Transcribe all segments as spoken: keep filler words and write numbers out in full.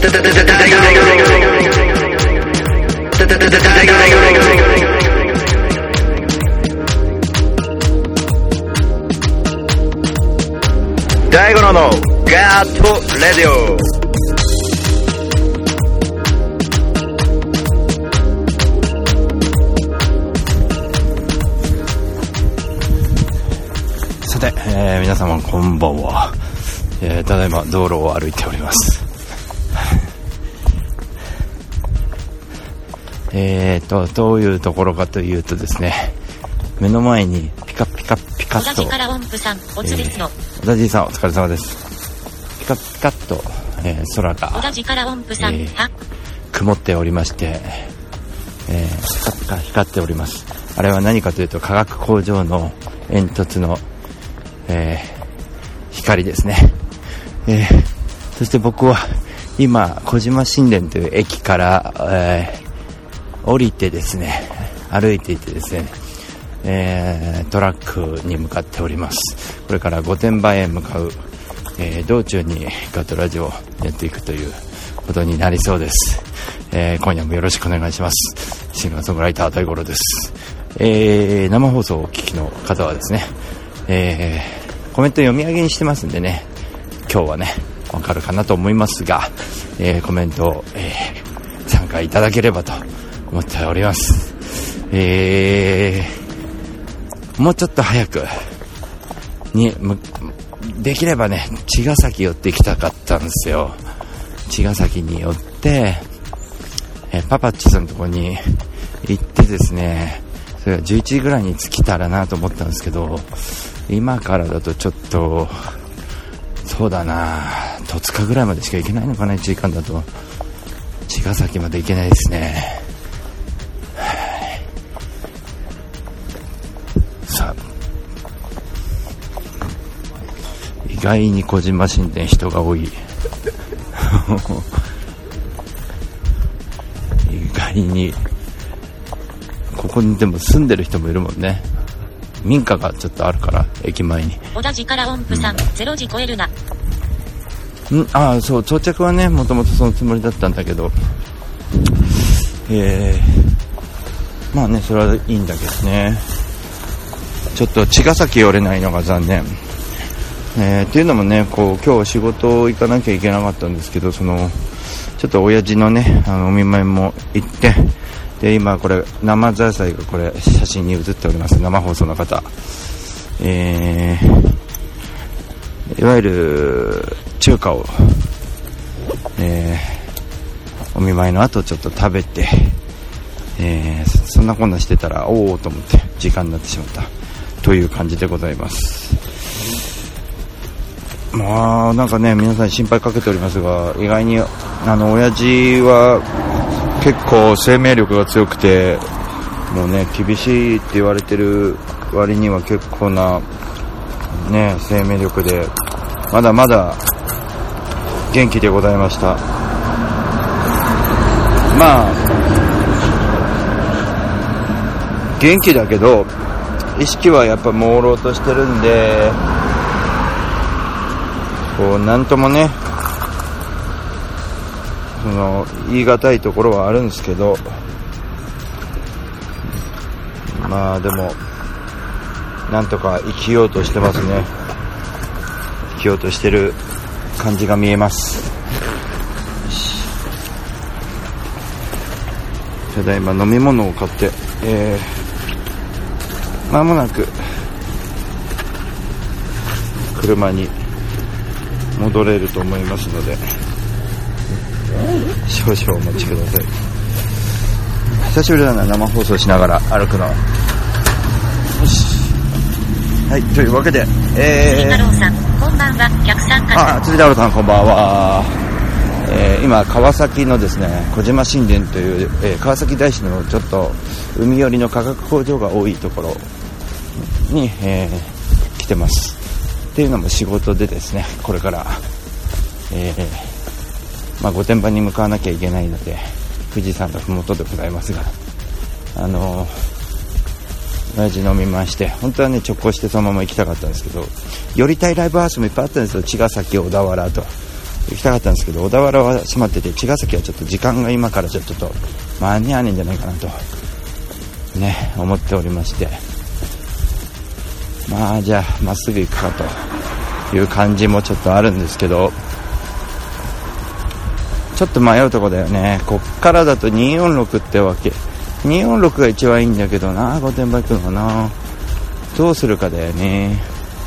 大五郎のガーットレディオ。さて、えー、皆様こんばんは。えー、ただいま道路を歩いております。えーとどういうところかというとですね、目の前にピカピカピカッと、小田から音符さん、おつですの、えー、小田じさんお疲れ様です。ピカピカッと、えー、空が小田じから音符さん、えー、曇っておりまして、えー、ピカピカ光っております。あれは何かというと化学工場の煙突の、えー、光ですね。えー、そして僕は今小島新田という駅から、えー降りてですね、歩いていてですね、えー、トラックに向かっております。これから御殿場へ向かう、えー、道中にガトラジオをやっていくということになりそうです。えー、今夜もよろしくお願いします。シンガーソングライター大五郎です。えー、生放送をお聞きの方はですね、えー、コメント読み上げにしてますんでね、今日はねわかるかなと思いますが、えー、コメントを、えー、参加いただければと思っております。えー、もうちょっと早くにできればね、茅ヶ崎寄ってきたかったんですよ。茅ヶ崎に寄って、えー、パパッチさんのところに行ってですね、それがじゅういちじぐらいに着きたらなと思ったんですけど、今からだとちょっとそうだな、戸塚ぐらいまでしか行けないのかな。いちじかんだと茅ヶ崎まで行けないですね。さあ、意外に小島新田人が多い意外にここにでも住んでる人もいるもんね。民家がちょっとあるから駅前に。小田寺から音符さん、ゼロじ超えるな。んああ、そう、到着はねもともとそのつもりだったんだけど、えー、まあねそれはいいんだけどね、ちょっと茅ヶ崎寄れないのが残念。えー、っていうのもね、こう今日仕事行かなきゃいけなかったんですけど、そのちょっと親父のねあのお見舞いも行って、で今これ生ザーサイがこれ写真に写っております。生放送の方、えー、いわゆる中華を、えー、お見舞いの後ちょっと食べて、えー、そんなこんなしてたらおおと思って時間になってしまったという感じでございます。まあなんかね皆さん心配かけておりますが、意外にあの親父は結構生命力が強くて、もうね厳しいって言われてる割には結構なね生命力で、まだまだ元気でございました。まあ元気だけど意識はやっぱ朦朧としてるんで、こうなんともねその言い難いところはあるんですけど、まあでもなんとか生きようとしてますね。生きようとしてる感じが見えます。ただいま飲み物を買って、えー、間もなく車に戻れると思いますので少々お待ちください。久しぶりだな生放送しながら歩くの。よし、はい、というわけで、えー、辻太郎さんこんばんは。逆参加。あ、辻太郎さんこんばんは。えー、今川崎のですね小島新田という、えー、川崎大師のちょっと海寄りの化学工場が多いところに、えー、来てます。っていうのも仕事でですね、これから、えーまあ、御殿場に向かわなきゃいけないので富士山のふもとでございますが、あのー、親父飲みまして、本当はね直行してそのまま行きたかったんですけど、寄りたいライブハウスもいっぱいあったんですよ。茅ヶ崎、小田原と、 行きたかったんですけど、小田原は閉まってて、茅ヶ崎はちょっと時間が今からちょっと間に合わねえんじゃないかなとね思っておりまして、まあじゃあまっすぐ行くかという感じもちょっとあるんですけど、ちょっと迷うとこだよね。こっからだとにひゃくよんじゅうろくってわけ、にひゃくよんじゅうろくが一番いいんだけどな、御殿場行くのかな、どうするかだよね。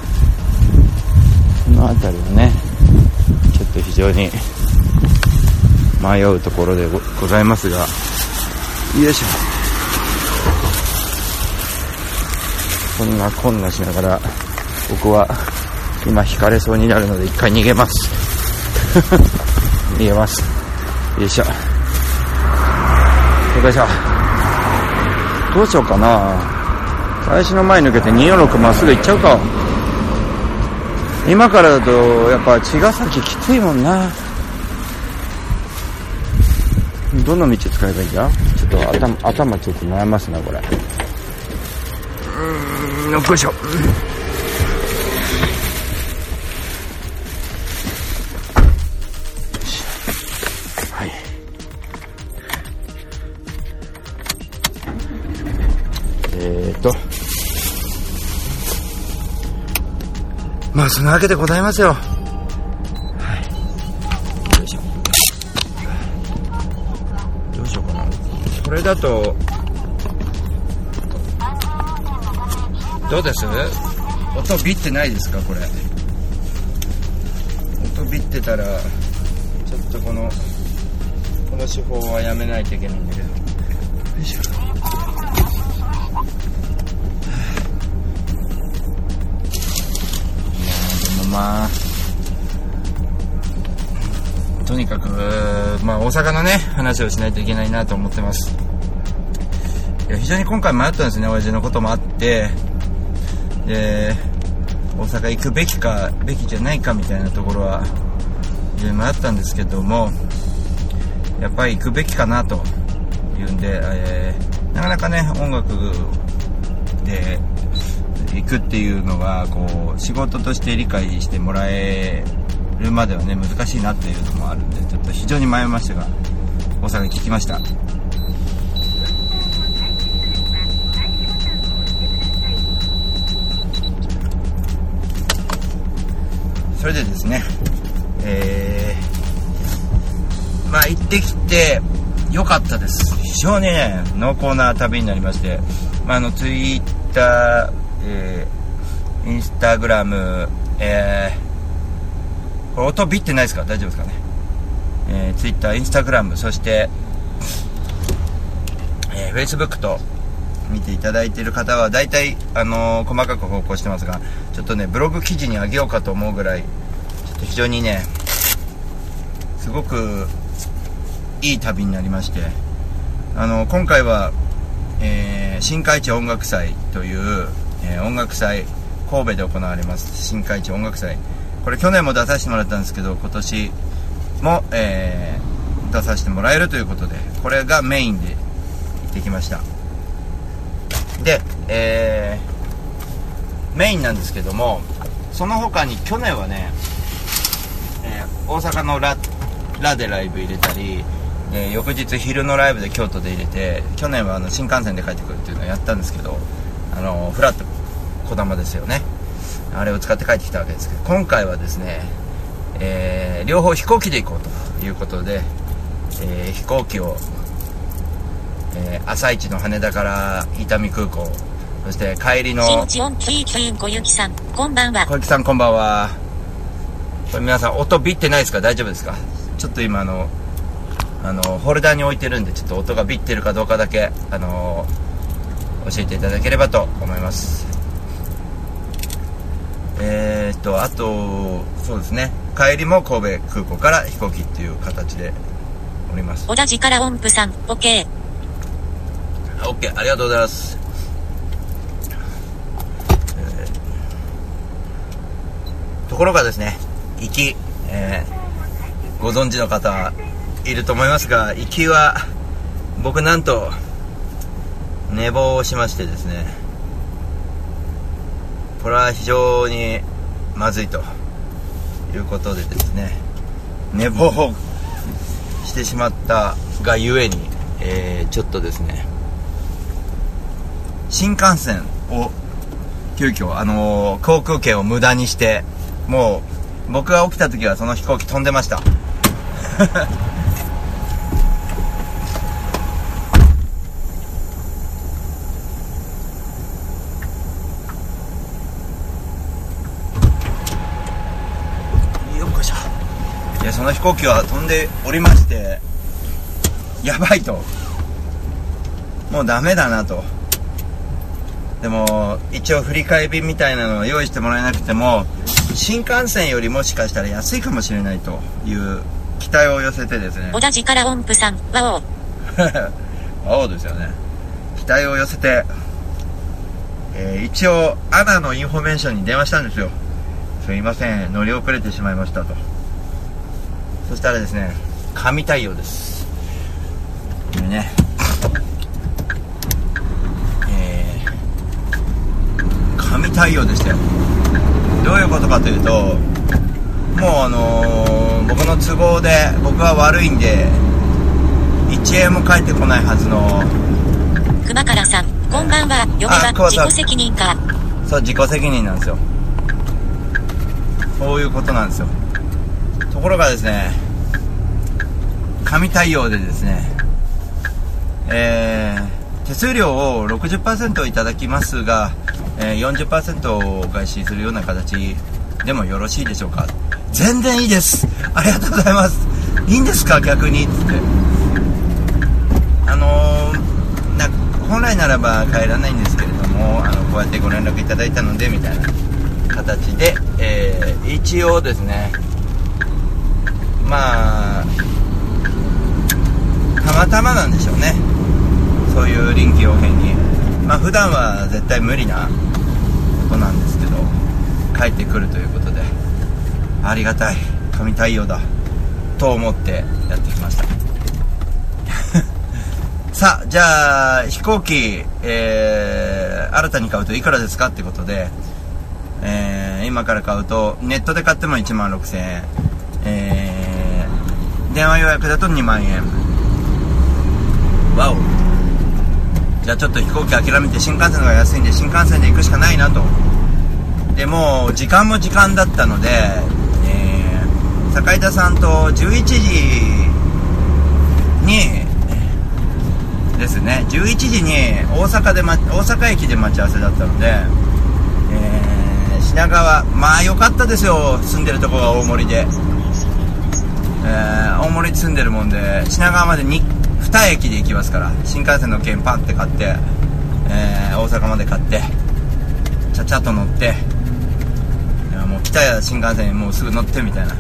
この辺りはねちょっと非常に迷うところで ご, ございますが、よいしょ、こんなこんなしながら僕は今引かれそうになるので一回逃げます逃げます。よいしょ、よいしょ、どうしようかな。最初の前抜けてにひゃくよんじゅうろくまっすぐ行っちゃうか。今からだとやっぱ茅ヶ崎きついもんな。どの道使えばいいんだ。ちょっと 頭, 頭ちょっと悩ますなこれ。うーん、よっこいしょ。はい。えーとまあそのわけでございますよ。はい。よいしょ。どうしようかな。これだとどうです？音ビってないですかこれ。音ビってたらちょっとこのこの手法はやめないといけないんだけど。よいしょ。まあとにかくまあ大阪のね話をしないといけないなと思ってます。いや非常に今回迷ったんですね。親父のこともあって、で大阪行くべきかべきじゃないかみたいなところは非常に迷ったんですけども、やっぱり行くべきかなというんで、えー、なかなかね音楽で行くっていうのがこう仕事として理解してもらえるまではね難しいなっていうのもあるんで、ちょっと非常に迷いましたが大阪に聞きました。それでですね、えー、まあ行ってきてよかったです。非常にね濃厚な旅になりまして、まあ、あのツイッターえー、インスタグラム、えー、これ音ビってないですか、大丈夫ですかね、えー、ツイッター、インスタグラム、そして、えー、フェイスブックと見ていただいている方は大体、あのー、細かく投稿してますが、ちょっとねブログ記事にあげようかと思うぐらいちょっと非常にねすごくいい旅になりまして、あのー、今回は、えー、新海地音楽祭というえー、音楽祭神戸で行われます新海地音楽祭、これ去年も出させてもらったんですけど今年も、えー、出させてもらえるということで、これがメインで行ってきました。で、えー、メインなんですけども、その他に去年はね、えー、大阪の ラ, ラでライブ入れたり、えー、翌日昼のライブで京都で入れて、去年はあの新幹線で帰ってくるっていうのをやったんですけど、あのフラットこだまですよね、あれを使って帰ってきたわけですけど、今回はですね、えー、両方飛行機で行こうということで、えー、飛行機を、えー、朝一の羽田から伊丹空港、そして帰りの小雪さんこんばんは。小雪さんこんばんは。これ皆さん音ビってないですか、大丈夫ですか。ちょっと今あのあのホルダーに置いてるんで、ちょっと音がビってるかどうかだけあの教えていただければと思います。えーっとあとそうですね、帰りも神戸空港から飛行機っていう形でおります。同じから音符さん OK OK ありがとうございます。えー、ところがですね、行き、えー、ご存知の方はいると思いますが、行きは僕なんと寝坊をしましてですね、これは非常にまずいということでですね、 寝坊してしまったがゆえに、えー、ちょっとですね新幹線を急遽あのー、航空券を無駄にして、もう僕が起きた時はその飛行機飛んでましたよっこいしょ。いや、その飛行機は飛んでおりまして、やばいと、もうダメだなと。でも一応振り替え便みたいなのを用意してもらえなくても、新幹線よりもしかしたら安いかもしれないという期待を寄せてですね、 小田力音符さん、ワオワオですよね。期待を寄せて、えー、一応アナのインフォメーションに電話したんですよ。すいません、乗り遅れてしまいましたと。そしたらですね、神対応です。これね、えー、神対応でしたよ。どういうことかというと、もうあのー、僕の都合で僕は悪いんでいちえんも返ってこないはずの熊からさん、こんばんは。嫁は自己責任か。 そう、自己責任なんですよ。そういうことなんですよ。ところがですね、神対応でですね、えー、手数料を ろくじゅっパーセント いただきますが、えー、よんじゅっパーセント をお返しするような形でもよろしいでしょうか。全然いいです、ありがとうございます、いいんですか逆にっつって、あのー、な本来ならば帰らないんですけれども、あのこうやってご連絡いただいたのでみたいな形で、えー、一応ですね、まあたまたまなんでしょうね、そういう臨機応変に、まあ普段は絶対無理なことなんですけど、帰ってくるということでありがたい、神対応だと思ってやってきましたさあ、じゃあ飛行機、えー、新たに買うといくらですかってことで、えー、今から買うとネットで買ってもいちまんろくせんえん、えー、電話予約だとにまんえん。わお。じゃあちょっと飛行機諦めて新幹線の方が安いんで新幹線で行くしかないなと。でも時間も時間だったので、えー、坂井田さんとじゅういちじにですね、じゅういちじに大阪で、ま、大阪駅で待ち合わせだったので、えー、品川、まあ良かったですよ、住んでるとこが大森で、えー、大森に住んでるもんで品川までにに駅で行きますから、新幹線の券パンって買って、えー、大阪まで買ってちゃちゃっと乗って、いやもう来たや新幹線にもうすぐ乗ってみたいな、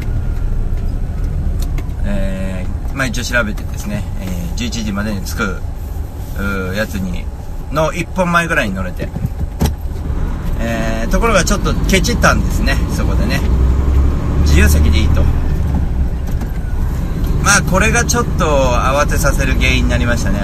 えー、まあ一応調べてですね、えー、じゅういちじまでに着くやつにのいっぽんまえぐらいに乗れて、えー、ところがちょっとケチったんですね、そこでね、自由席でいいと。まあこれがちょっと慌てさせる原因になりましたね。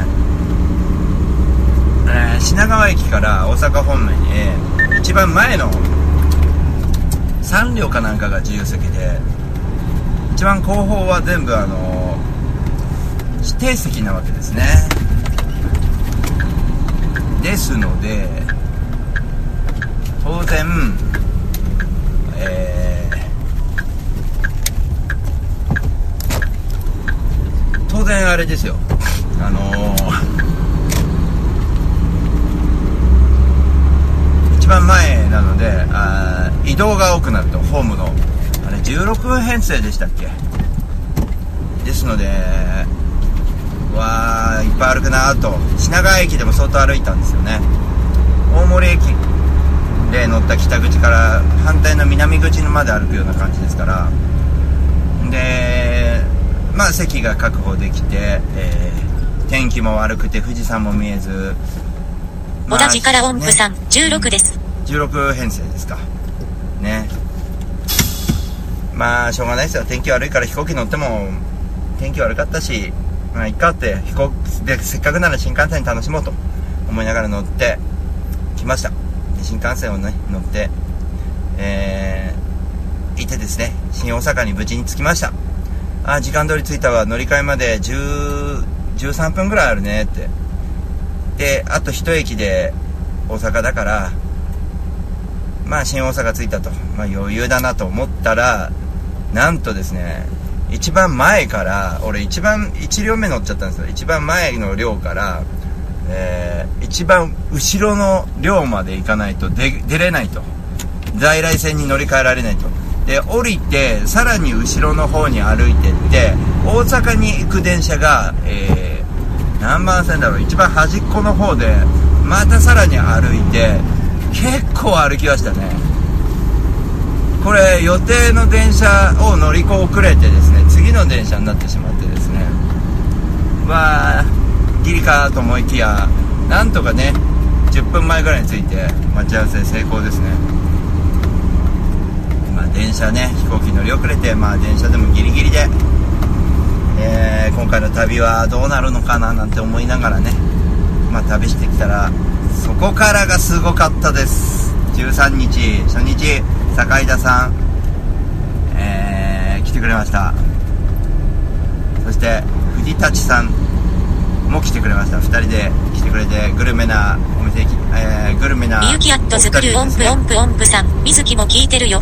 えー、品川駅から大阪方面に、えー、一番前のさん両かなんかが自由席で、一番後方は全部あのー、指定席なわけですね。ですので当然、えー、当然あれですよ、あのー、一番前なので、あ移動が多くなると、ホームのあれじゅうろくへんせいでしたっけ。ですのでわーいっぱい歩くなーと。品川駅でも相当歩いたんですよね。大森駅で乗った北口から反対の南口まで歩くような感じですから、でまあ席が確保できて、えー、天気も悪くて富士山も見えず、 まあ、小田力音符さん、ね、じゅうろくです。 じゅうろくへんせいですかね。まあしょうがないですよ、天気悪いから。飛行機乗っても天気悪かったし、まあいっかって、飛行機でせっかくなら新幹線楽しもうと思いながら乗ってきました。で新幹線をね乗って、えー、いてですね、新大阪に無事に着きました。 あ、時間通り着いたわ、乗り換えまでじゅう、じゅうさんぷんぐらいあるねって。で、あと一駅で大阪だから、まあ新大阪着いたと、まあ余裕だなと思ったら、なんとですね、一番前から、俺一番一両目乗っちゃったんですよ。一番前の寮から、えー、一番後ろの寮まで行かないと出、出れないと。在来線に乗り換えられないと。で、降りてさらに後ろの方に歩いてって、大阪に行く電車が、えー、何番線だろう、一番端っこの方でまたさらに歩いて、結構歩きましたね。これ予定の電車を乗り遅れてですね、次の電車になってしまってですね、まあギリかと思いきや、なんとかねじゅっぷんまえぐらいに着いて待ち合わせ成功ですね。まあ電車ね、飛行機乗り遅れて、まあ電車でもギリギリで、えー、今回の旅はどうなるのかななんて思いながらね、まあ旅してきたら、そこからがすごかったです。じゅうさんにち初日、坂井田さん、えー、来てくれました。そして藤立さんも来てくれました。ふたりで来てくれて、グルメなお店、えー、グルメなお二人ですね。みゆきアット作る音符音符音符さん、水木も聞いてるよ。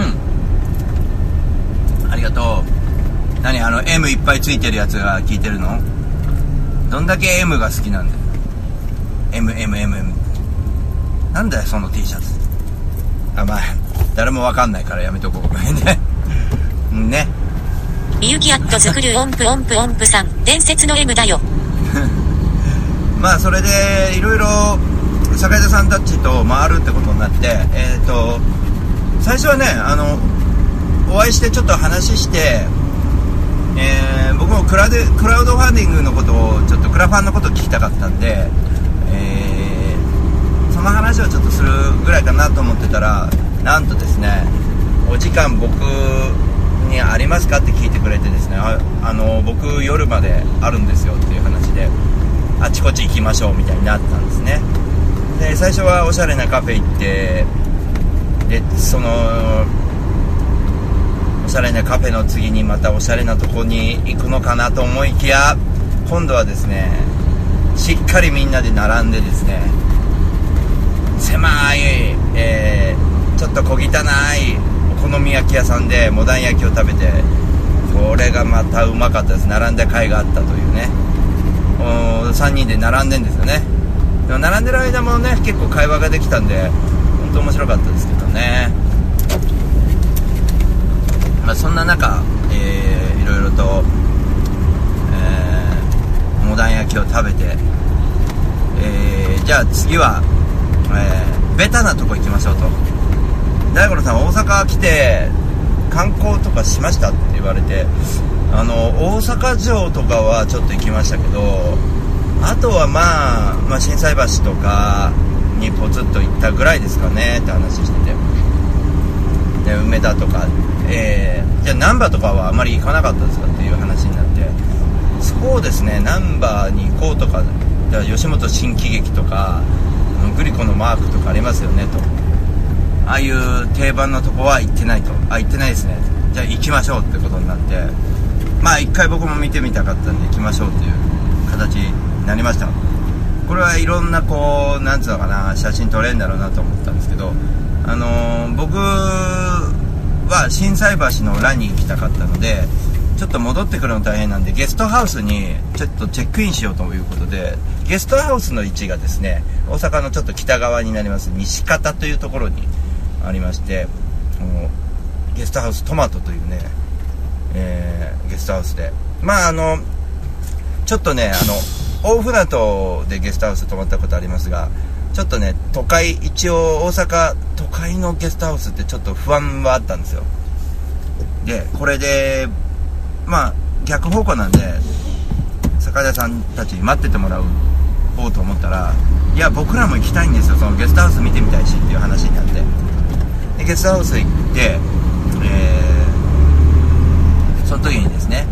うん、ありがとう。何、あの エム いっぱいついてるやつが聞いてるの？どんだけ エム が好きなんだよ。 エムエムエムエム なんだよその T シャツ。あ、まあ誰もわかんないからやめとこうねね。みゆきアット作る音符音符音符さん、伝説の エム だよまあそれでいろいろ坂井田さんたちと回るってことになって、えーと最初はね、あのお会いしてちょっと話して、えー、僕もクラウド、クラウドファンディングのことをちょっとクラファンのことを聞きたかったんで、えー、その話をちょっとするぐらいかなと思ってたら、なんとですね、お時間僕にありますかって聞いてくれてですね、あ、あの僕夜まであるんですよっていう話で、あちこち行きましょうみたいになったんですね。で最初はおしゃれなカフェ行って、でそのおしゃれなカフェの次にまたおしゃれなとこに行くのかなと思いきや、今度はですね、しっかりみんなで並んでですね、狭い、えー、ちょっと小汚いお好み焼き屋さんでモダン焼きを食べて、これがまたうまかったです。並んだ甲斐があったというね。さんにんで並んでんですよね。でも並んでる間もね、結構会話ができたんで本当面白かったですけどね。まあ、そんな中、えー、いろいろと、えー、モダン焼きを食べて、えー、じゃあ次は、えー、ベタなとこ行きましょうと。大五郎さん、大阪来て観光とかしましたって言われて、あの大阪城とかはちょっと行きましたけど、あとはまあ、まあ、心斎橋とかにポツッと行ったぐらいですかねって話してて、で梅田とか、えー、じゃあ難波とかはあまり行かなかったですかっていう話になって、そうですね、難波に行こうとか、じゃあ吉本新喜劇とかグリコのマークとかありますよねと、ああいう定番のとこは行ってないと。あ、行ってないですね。じゃあ行きましょうってことになって、まあ一回僕も見てみたかったんで行きましょうっていう形になりました。これはいろんなこうなんつうのかな、写真撮れるんだろうなと思ったんですけど、あのー、僕は心斎橋の裏に行きたかったので、ちょっと戻ってくるの大変なんで、ゲストハウスにちょっとチェックインしようということで、ゲストハウスの位置がですね、大阪のちょっと北側になります西方というところにありまして、ゲストハウストマトというね、えー、ゲストハウスで、まああのちょっとね、あの大船渡でゲストハウス泊まったことありますが、ちょっとね都会、一応大阪都会のゲストハウスってちょっと不安はあったんですよ。でこれでまあ逆方向なんで坂田さんたちに待っててもらおうと思ったら、いや僕らも行きたいんですよ、そのゲストハウス見てみたいしっていう話になって、でゲストハウス行って、えー、その時にですね、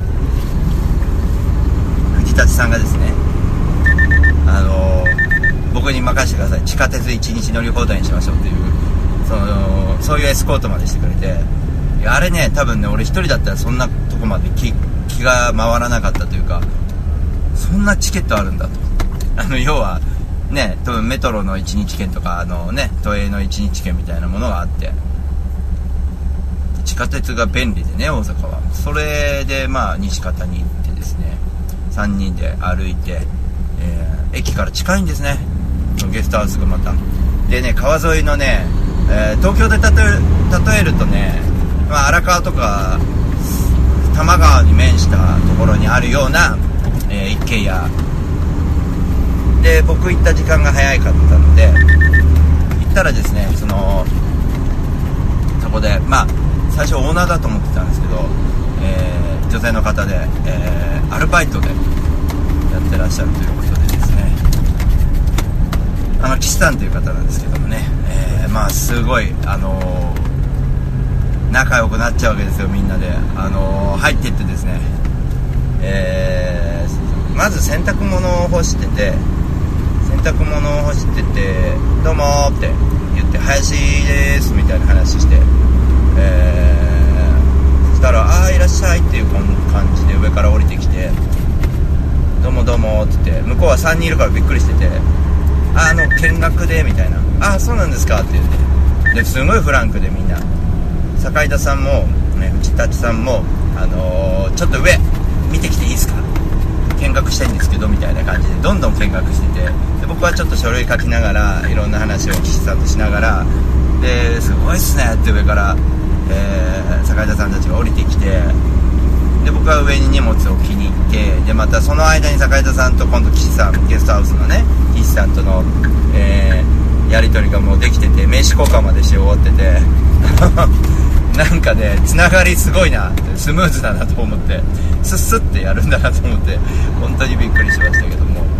藤立さんがですね、あのー、僕に任せてください、地下鉄いちにち乗り放題にしましょうっていう、そのそういうエスコートまでしてくれて、いやあれね、多分ね俺一人だったらそんなとここまで 気, 気が回らなかったというか、そんなチケットあるんだと。あの要はね、メトロのいちにち券とか、あのね、都営のいちにち券みたいなものがあって、地下鉄が便利でね、大阪は。それでまあ西方に行ってですね、さんにんで歩いて、えー、駅から近いんですね、ゲストハウスがまた。でね、川沿いのね、えー、東京で例える、例えるとね、まあ、荒川とか多摩川に面したところにあるような、えー、一軒家で、僕行った時間が早かったので、行ったらですね、そのそこでまあ最初オーナーだと思ってたんですけど、えー、女性の方で、えー、アルバイトでやってらっしゃるということでですね、あの岸さんという方なんですけどもね、えー、まあすごいあのー、仲良くなっちゃうわけですよ、みんなで。あのー、入っていってですね、えー、まず洗濯物を干してて、洗濯物を干してて、どうもーって言って、林ですみたいな話して、えー、そしたら、あーいらっしゃいっていう感じで上から降りてきて、どうもどうもって言って、向こうはさんにんいるからびっくりしてて、あ、あの見学でみたいな、あ、そうなんですかって言って、ですごいフランクでみんな、坂井田さんも、ね、内立さんも、あのー、ちょっと上見てきていいですか、見学したいんですけどみたいな感じでどんどん見学してて、で僕はちょっと書類書きながらいろんな話を岸さんとしながら、ですごいっすねって上から、えー、坂井田さんたちが降りてきて、で僕は上に荷物を置きに行って、でまたその間に坂井田さんと今度岸さん、ゲストハウスのね岸さんとの、えー、やり取りがもうできてて、名刺交換までし終わっててなんかね、つながりすごいなって、スムーズだなと思って、スッスッってやるんだなと思って、本当にびっくりしましたけども、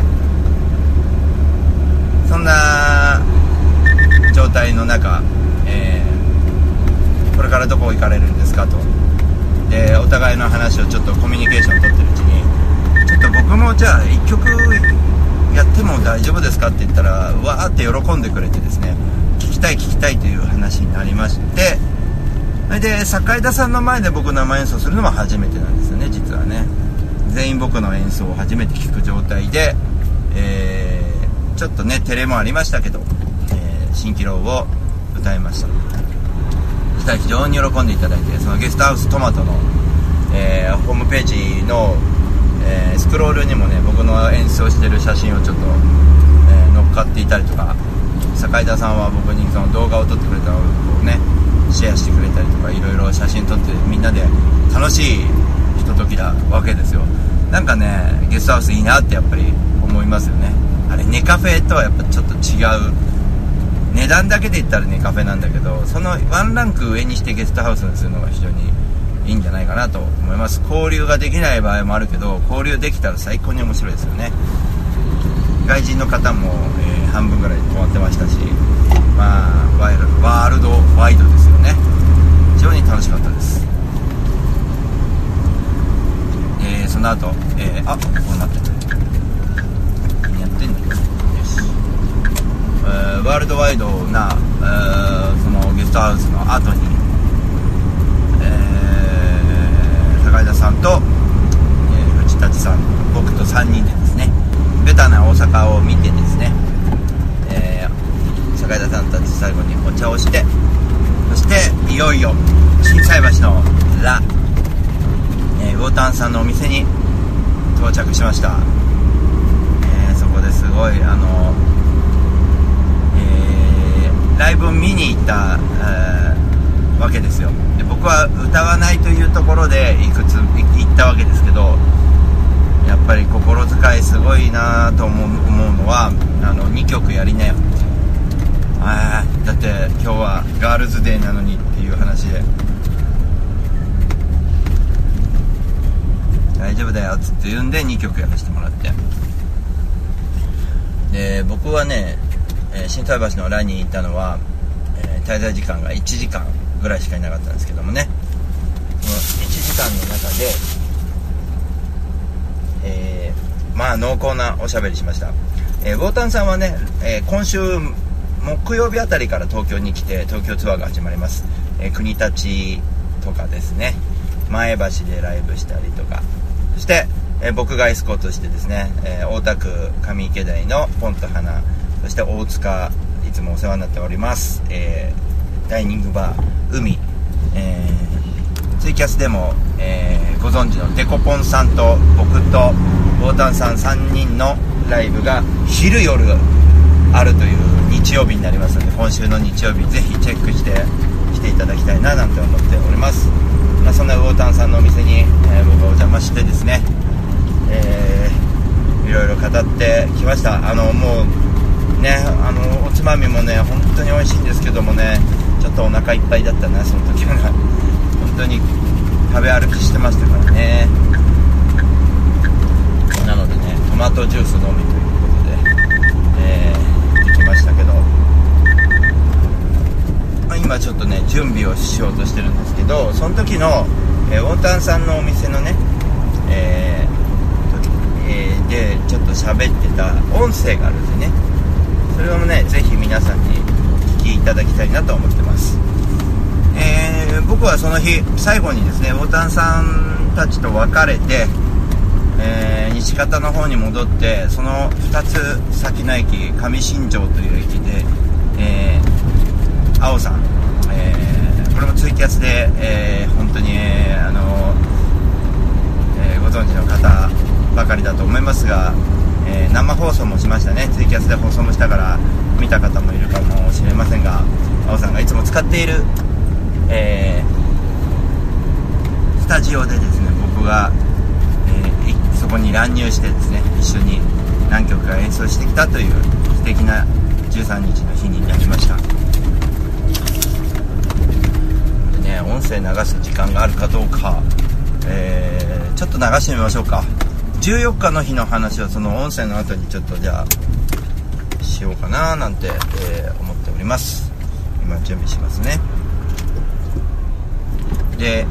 そんな状態の中、えー、これからどこ行かれるんですかと。でお互いの話をちょっとコミュニケーション取ってるうちに、ちょっと僕もじゃあ一曲やっても大丈夫ですかって言ったら、わーって喜んでくれてですね、聞きたい聞きたいという話になりまして、それで坂井田さんの前で僕生演奏するのは初めてなんですよね、実はね。全員僕の演奏を初めて聴く状態で、えー、ちょっとね照れもありましたけど、えー、蜃気楼を歌いました。そしたら非常に喜んでいただいて、そのゲストハウストマトの、えー、ホームページの、えー、スクロールにもね僕の演奏してる写真をちょっと、えー、乗っかっていたりとか、坂井田さんは僕にその動画を撮ってくれたのをねシェアしてくれたりとか、いろいろ写真撮ってみんなで楽しいひとときだわけですよ。なんかねゲストハウスいいなってやっぱり思いますよね。あれネカフェとはやっぱちょっと違う、値段だけで言ったらネカフェなんだけど、そのワンランク上にしてゲストハウスにするのが非常にいいんじゃないかなと思います。交流ができない場合もあるけど、交流できたら最高に面白いですよね。外人の方も、えー、半分ぐらい泊まってましたし、まあワイルワールドワイドですよね。非常に楽しかったです。えー、その後、えー、あ、こうなってる。何やってんの？よし。えー、ワールドワイドな、えー、そのゲストハウスの後に、えー、坂井田さんと、えー、内立さん、僕とさんにんでですね、ベタな大阪を見てですね、えー、坂井田さんたち最後にお茶をして、そしていよいよ心斎橋のラ、えー、魚丹さんのお店に到着しました。えー、そこですごいあの、えー、ライブを見に行った、えー、わけですよ。で僕は歌わないというところでいくつ行ったわけですけど、やっぱり心遣いすごいなと思う、思うのはあのにきょくやりなよって、あだって今日はガールズデーなのにっていう話で、大丈夫だよっつって言うんでにきょくやらせてもらって、で僕はね、えー、心斎橋のラにいたのは、えー、滞在時間がいちじかんぐらいしかいなかったんですけどもね、そのいちじかんの中で、えー、まあ濃厚なおしゃべりしました。えー、ウォータンさんはね、えー、今週木曜日あたりから東京に来て東京ツアーが始まります。えー、国立とかですね、 前橋でライブしたりとか、そして、えー、僕がエスコートしてですね、えー、大田区上池台のポンと花、そして大塚、いつもお世話になっております、えー、ダイニングバー海、えー、ツイキャスでも、えー、ご存知のデコポンさんと僕とウォータンさんさんにんのライブが昼夜あるという日曜日になりますので、今週の日曜日ぜひチェックして来ていただきたいななんて思っております。まあ、そんなウォータンさんのお店に、えー、僕がお邪魔してですね、えー、いろいろ語ってきました。あのもうね、あのおつまみもね本当に美味しいんですけどもね、ちょっとお腹いっぱいだったなその時は。本当に食べ歩きしてましたからね。なのでね、トマトジュースのみということで、えー、できましたけど、まあ、今ちょっとね準備をしようとしてるんですけど、その時の、えー、ウォータンさんのお店のね、えーえー、でちょっと喋ってた音声があるんでね、それをねぜひ皆さんに聞きいただきたいなと思ってます。えー、僕はその日最後にですねウォータンさんたちと別れて、えー、西方の方に戻って、そのふたつ先の駅上新庄という駅で、えー、青さん、えー、これもツイキャスで、えー、本当に、えーあのえー、ご存知の方ばかりだと思いますが、えー、生放送もしましたね。ツイキャスで放送もしたから見た方もいるかもしれませんが、青さんがいつも使っている、えー、スタジオでですね、僕が、えー、そこに乱入してですね、一緒に何曲か演奏してきたという素敵なじゅうさんにちの日になりました。でね、音声流す時間があるかどうか、えー、ちょっと流してみましょうか。じゅうよっかの日の話をその音声の後にちょっとじゃあしようかななんて、えー、思っております。今準備しますね。で、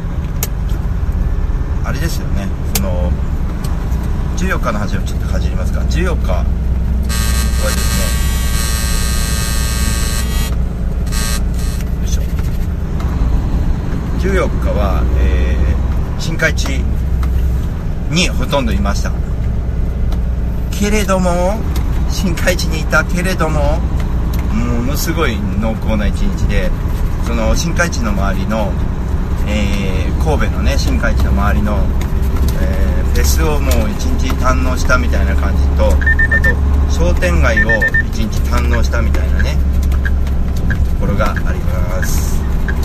あれですよね、そのじゅうよっかの話をちょっとかじりますか。じゅうよっかはですね、よいしょ、じゅうよっかは、えー、新海地にほとんどいましたけれども、新海地にいたけれどもものすごい濃厚な一日で、その新海地の周りの、えー、神戸のね新海地の周りの、えー、フェスをもう一日堪能したみたいな感じと、あと商店街を一日堪能したみたいなねところがあります。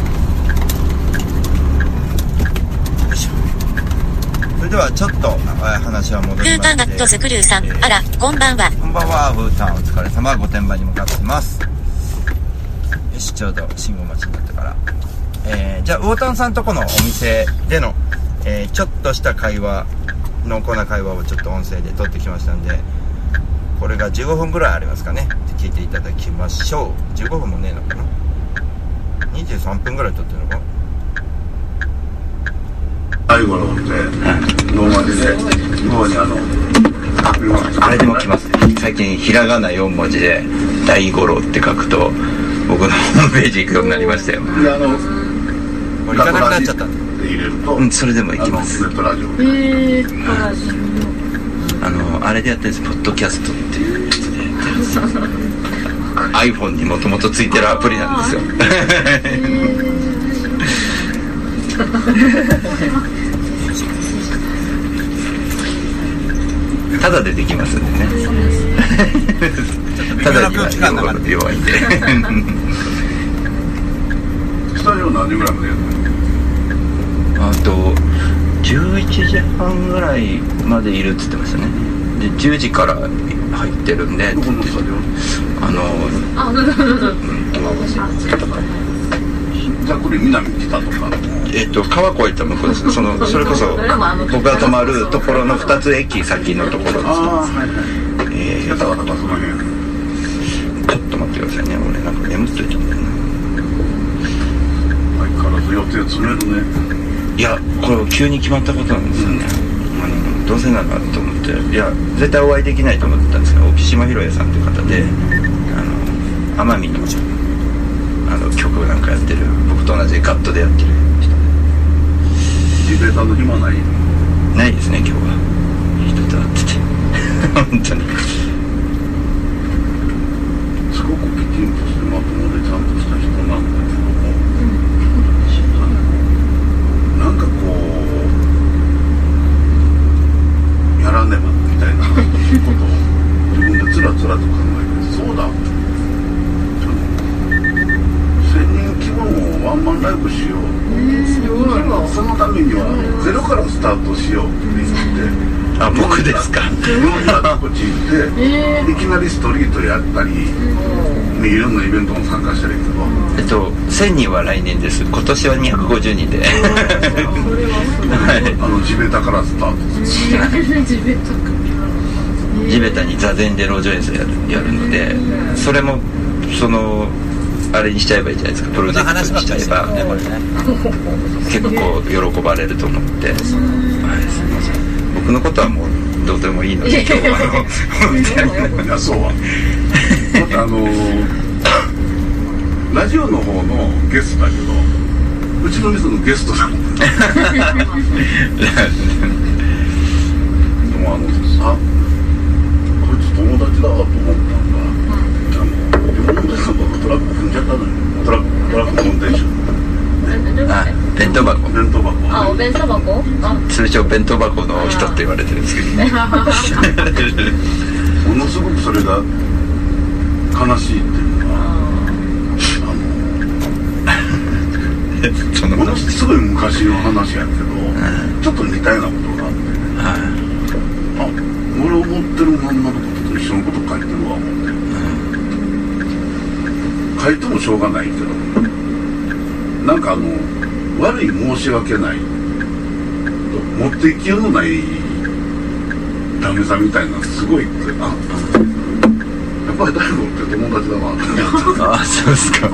よいしょ。それではちょっと話は戻りまして、 フータンガットズクルーさん、えー、あらこんばんは。 こんばんは。フータンお疲れ様。御殿場に向かってます。よし、ちょうど信号待ちになったから、えー、じゃあウォータンさんとこのお店での、えー、ちょっとした会話、濃厚な会話をちょっと音声で撮ってきましたんで、これがじゅうごふんぐらいありますかね。聞いていただきましょう。じゅうごふんもねえのかな、にじゅうさんぷんぐらい撮ってるのかな。 最後のってローマ字で向こうにあのあれでも来ますね。最近ひらがなよんもじで大五郎って書くと僕のホームページ行くようになりましたよ。 であのこれ行かなくなっちゃったんで入れると、 うん、それでも行きます。 ネットラジオ、 えー、ラジオあのあれでやってるんです。ポッドキャストっていうやつでやってるんですよ。iPhone にもともとついてるアプリなんですよ。ただでできますんでね。ただには弱いんで。 スタジオ何時ぐらいまでやるの？あとじゅういちじはんぐらいまでいるって言ってましたね。でじゅうじから入ってるんで。 どこのスタジオ？ あのあ、どうぞどうぞ。 ざっくり南北とか。 えっと川越えた向こうです。そのそれこそ僕が泊まるところのふたつ駅先のところです。 ああ、はいはい。 えー、 だからその辺。 ちょっと待ってくださいね。俺なんか眠っといちゃうんだよな。 相変わらず予定詰めるね。 いや、これ急に決まったことなんですよね。うん、あのどうせならと思って、いや絶対お会いできないと思ってたんですけど、沖島博也さんという方で、あの奄美のあの曲なんかやってる、僕と同じガットでやってる人で、 地べたの暇ない？ ないですね今日は。人と会ってて本当にすごくきちんとしてまともでちゃんとした人なんだけども、うん、なんかこうやらねばみたいなことを自分でつらつらと考えて、そうだせんにん規模のワンマンライブしよう、えー、すごい。そのためにはゼロからスタートしようって言って、 あ、僕ですか。 いろんなとこ地行って、えー、いきなりストリートやったり、うん、いろんなイベントも参加したりけど、 えっとせんにんは来年です。今年はにひゃくごじゅうにんで、はい、 あの地べたからスタートする。 地べたに座禅で路上演奏やる、やるので、それもそのあれにしちゃえばいいじゃないですか。プロジェクトにしちゃえば、ね、これね、結構喜ばれると思って、はい、すみません。僕のことはもうどうでもいいので今日はいやそうはまたあのー、ラジオの方のゲストだけど、うちの店のゲストだもんでもあのさ、こいつ友達だと思ったのが、あの山本さんがトラック踏んじゃったのよ。トラックトラックの運転手、 あ、弁当箱、 弁当箱、 あ、お弁当箱、あ、 通称弁当箱の人って言われてるんですけどねものすごくそれが悲しいっていうのは、あのものすごい昔の話やけど、うん、ちょっと似たようなことがあって、はい、あ、俺思ってるまんまのことと一緒のこと書いてるわ思って、うん、書いてもしょうがないけど、なんかあの悪い申し訳ない、持っていきようのないダメさみたいなすごいって、あ、やっぱり大悟って友達だわってあ、そうですか。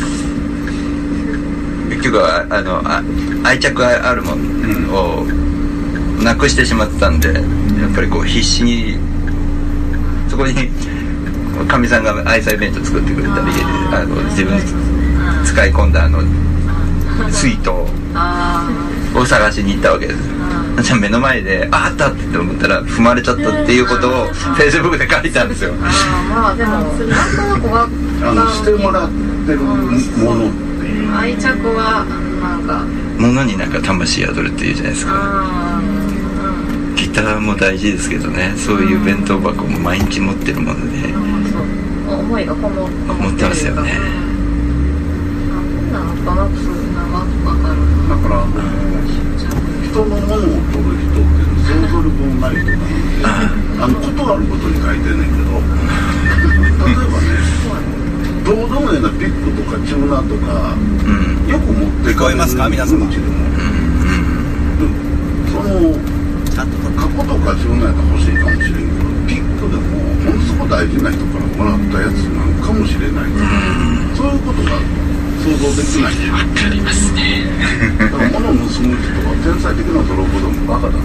結局はあのあ愛着あるものをなくしてしまったんで、やっぱりこう必死にそこにかみさんが愛妻弁当作ってくれたり、あの自分で使い込んだあの水筒を探しに行ったわけです。じゃあ目の前であったって思ったら踏まれちゃったっていうことをフェイスブックで書いたんですよ。 あ、まあでもなんとなくはあのしてもらってるものっていう愛着はなんか物になんか魂宿るっていうじゃないですか。ギターも大事ですけどね、そういう弁当箱も毎日持ってるもので、 そう思いがこも思ってますよね。 なんかなくする長くかかる。 だからあの人のものを取る人って想像力もない人なので、あのことあることに書いてんねんけど、例えばね、どうでもいいなピックとかチューナーとか、うん、よく持って聞こえますか皆さん。うちでも、 うん、その過去とかチューナーやったら欲しいかもしれんけど、ピックでもものすごく大事な人からもらったやつなのかもしれない、うん、そういうことが想像できない。 わかりますね。 だから物を盗む人は天才的な泥棒でもバカだ。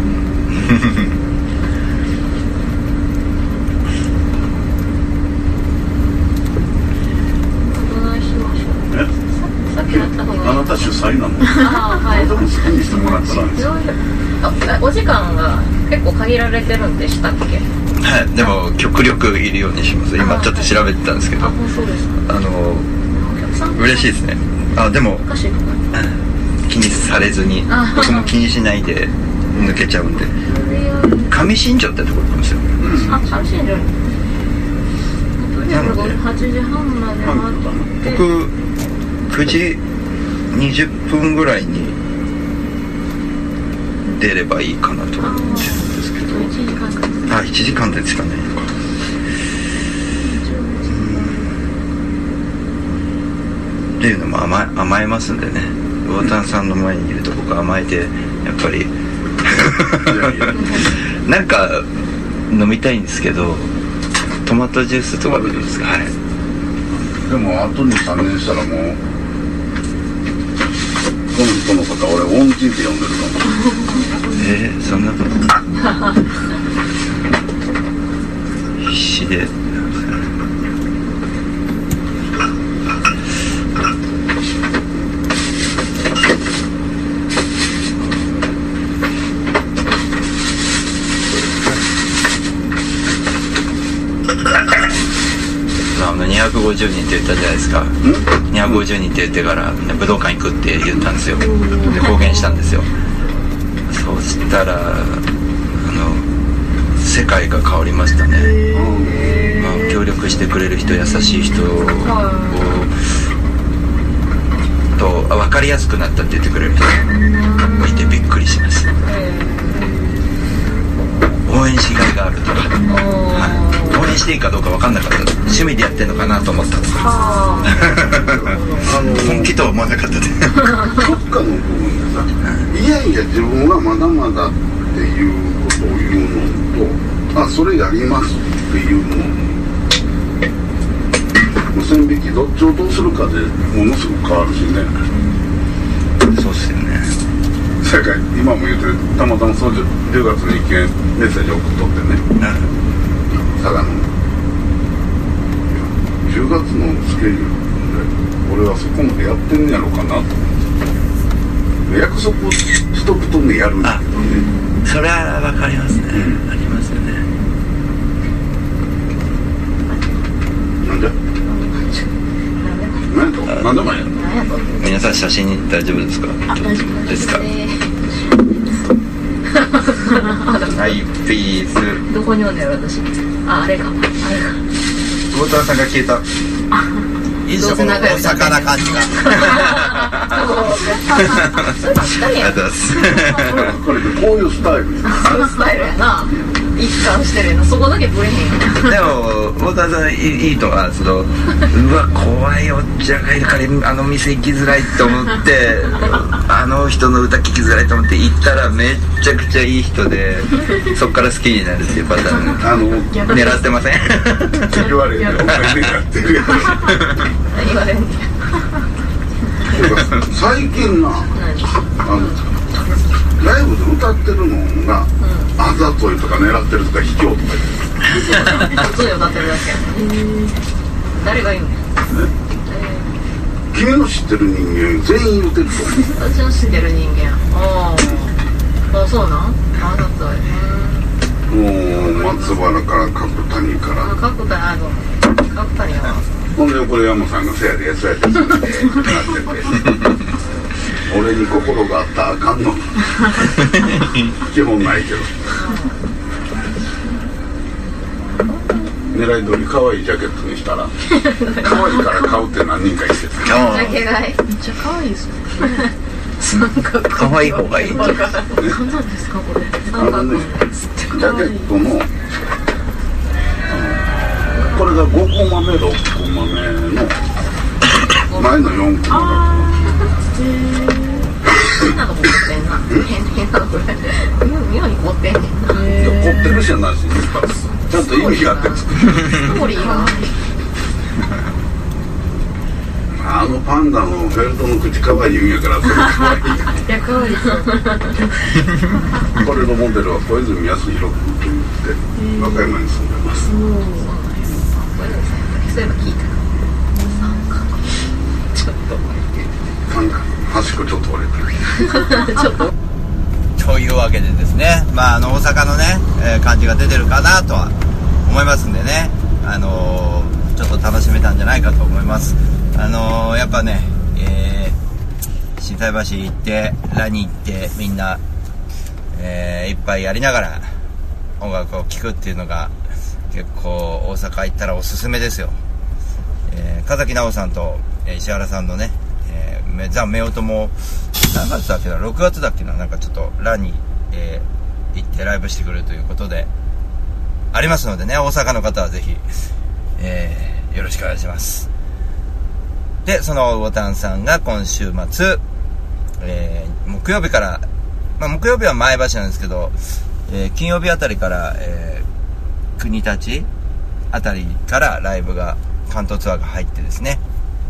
あなた主催なの。あ、はい。でも好きにしてもらったら。 あ、お時間が結構限られてるんでしたっけ？ はい。でも極力いるようにします。今ちょっと調べてたんですけど。 あ、そうですか。 あの嬉しいですね。あ、でも気にされずに、僕も気にしないで抜けちゃうんで。上新庄ってところかもしれない。 あ、上新庄。なのではちじはんまで待って。 僕くじにじゅっぷんぐらいに出ればいいかなと思ってるんですけど。あ、いちじかんでしかないのか。っていうのも 甘, 甘えますんでね。魚谷さんの前にいると僕甘えてやっぱりなんか飲みたいんですけど、トマトジュースとかでいいですか？はい。 でもあとにさんねんしたらもうこの人のことは俺恩人って呼んでるかも。 えー、そんなこと必死でひゃくごじゅうにんって言ったじゃないですか。にひゃくごじゅうにんって言ってから、ね、武道館行くって言ったんですよ。で公言したんですよ。そうしたらあの世界が変わりましたね。まあ、協力してくれる人、優しい人をと分かりやすくなったって言ってくれる人がいてびっくりしました。応援しがいがあるとか、はい、応援していいかどうか分かんなかった。趣味でやってんのかなと思ったんです本気とは思わなかったでどっかの部分でさ、いやいや自分はまだまだっていうことを言うのと、あ、それやりますっていうのの線引き、どっちをどうするかでものすごく変わるしね。 そうっすよね。 世界今も言ってる、たまたまそうじゅうがつに一件メッセージ送っとってね、佐賀のじゅうがつのスケジュールで俺はそこまでやってんやろうかなと思って、約束をしとくとねやるんだけどね。 それは分かりますね、うん、ありますよね。 なんでなんとなんでもやる。 皆さん写真大丈夫ですか？ あ、大丈夫ですか？はい、ピース。 どこにおんねやろ私。あ、あれか、あれか。 魚田さんが消えた。いいですよ、このお魚な感じが。 確かに。 ありがとうございます。 これでこういうスタイル。 そういうスタイルやな。一貫してるの、そこだけブレへん。 でも魚田さんいいとはその、うわ怖いおっちゃんがいるからあの店行きづらいと思って、あの人の歌聴きづらいと思って行ったらめっちゃくちゃいい人で、そっから好きになるっていうパターン。あの狙ってません？ 言われるよ。お前狙ってるやん。 言われんね最近な、あのライブで歌ってるのが、うん、あざといとか狙ってるとか卑怯とか言って普通に歌ってるだけ。誰が言うの？ 君の知ってる人間全員言ってると思う。 私の知ってる人間。ああ、そうなん？あざとい。 もう松原から角谷から。 あ、角谷ある。角谷は。 ほんでこれ山さんがせやでそうやってそうやってなってて俺に心があったらあかんの基本ないけど狙い通り可愛いジャケットにしたら可愛いから買うって何人か言ってた。 ジャケ買いめっちゃ可愛いですね。 可愛い方がいいんじゃないですか。 何なんですかこれ。 あのねジャケットのこれがごこまめろっこまめの前のよんこま変なとこ持ってんな。変なとこ妙に凝ってんねんな。 凝ってるじゃないしちゃんと意味があって作ってる。 ストーリーがあのパンダのフェルトの口かわいい言うんやからそれかわいい。 いやかわいいこれのモデルは小泉康弘君と言って和歌山に住んでます。 そういえば聞いたちょっとなんか端っこちょっと折れてるちょっとというわけでですね、まああの大阪のね、えー、感じが出てるかなとは思いますんでね、あのー、ちょっと楽しめたんじゃないかと思います。あのー、やっぱね、えー、心斎橋行ってラに行ってみんな、えー、一杯やりながら音楽を聴くっていうのが結構大阪行ったらおすすめですよ。えー、風木直さんと、えー、石原さんのね、えー、ザ・夫婦も何月だっけな、ろくがつだっけな、なんかちょっとランに、えー、行ってライブしてくれるということでありますのでね、大阪の方はぜひ、えー、よろしくお願いします。でそのウォタンさんが今週末、えー、木曜日から、まあ、木曜日は前橋なんですけど、えー、金曜日あたりから、えー国立あたりからライブが関東ツアーが入ってですね、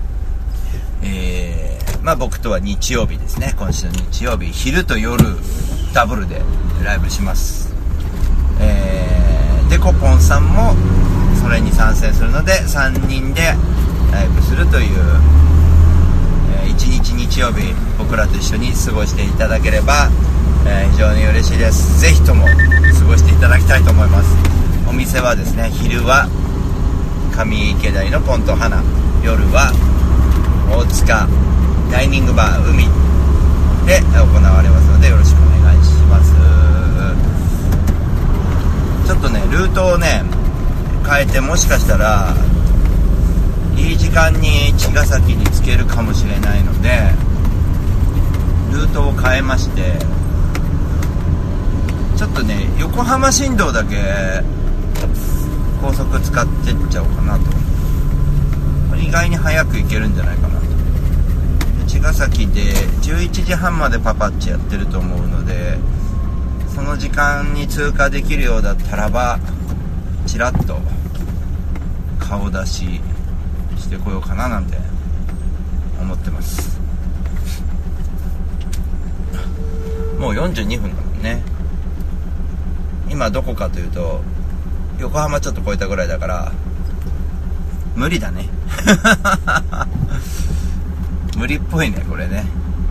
えー、まあ僕とは日曜日ですね、今週の日曜日昼と夜ダブルでライブします。えー、でコポンさんもそれに参戦するのでさんにんでライブするという、えー、いちにち日曜日僕らと一緒に過ごしていただければ、えー、非常に嬉しいです。ぜひとも過ごしていただきたいと思います。お店はですね、昼は上池台のポンと花、夜は大塚ダイニングバー海で行われますのでよろしくお願いします。ちょっとねルートをね変えて、もしかしたらいい時間に茅ヶ崎に着けるかもしれないのでルートを変えまして、ちょっとね横浜新道だけ高速使ってっちゃおうかなと。これ意外に早く行けるんじゃないかなと。茅ヶ崎でじゅういちじはんまでパパッチやってると思うので、その時間に通過できるようだったらばちらっと顔出ししてこようかななんて思ってます。もうよんじゅうにふんだもんね。今どこかというと横浜ちょっと超えたぐらいだから無理だね無理っぽいねこれね。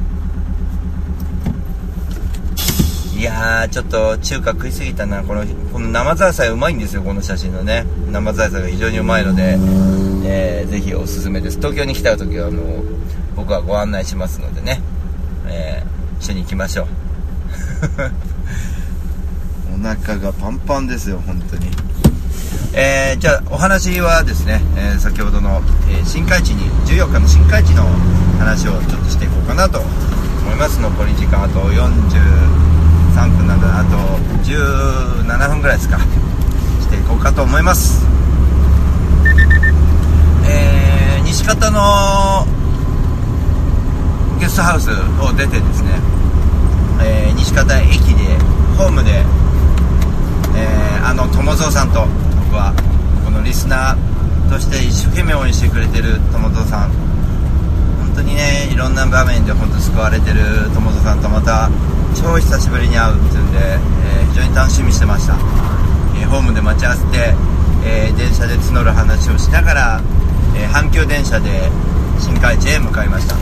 いやーちょっと中華食いすぎたな。このこの生ザーサイうまいんですよ。この写真のね生ザーサイが非常にうまいので、えー、ぜひおすすめです。東京に来た時はもう僕はご案内しますのでね、えー、一緒に行きましょうお腹がパンパンですよ本当に。えー、じゃあお話はですね、えー、先ほどの、えー、新海地にじゅうよっかの新海地の話をちょっとしていこうかなと思います。残り時間あとよんじゅうさんぷんなんであとじゅうななふんぐらいですか、していこうかと思います。えー、西方のゲストハウスを出てですね、えー、西方駅でホームで、えー、あの友蔵さんと僕はこのリスナーとして一生懸命応援してくれてる友蔵さん、本当にねいろんな場面で本当救われてる友蔵さんとまた超久しぶりに会うっていうんで、えー、非常に楽しみにしてました。えー、ホームで待ち合わせて、えー、電車で募る話をしながら、えー、阪急電車で新海地へ向かいました。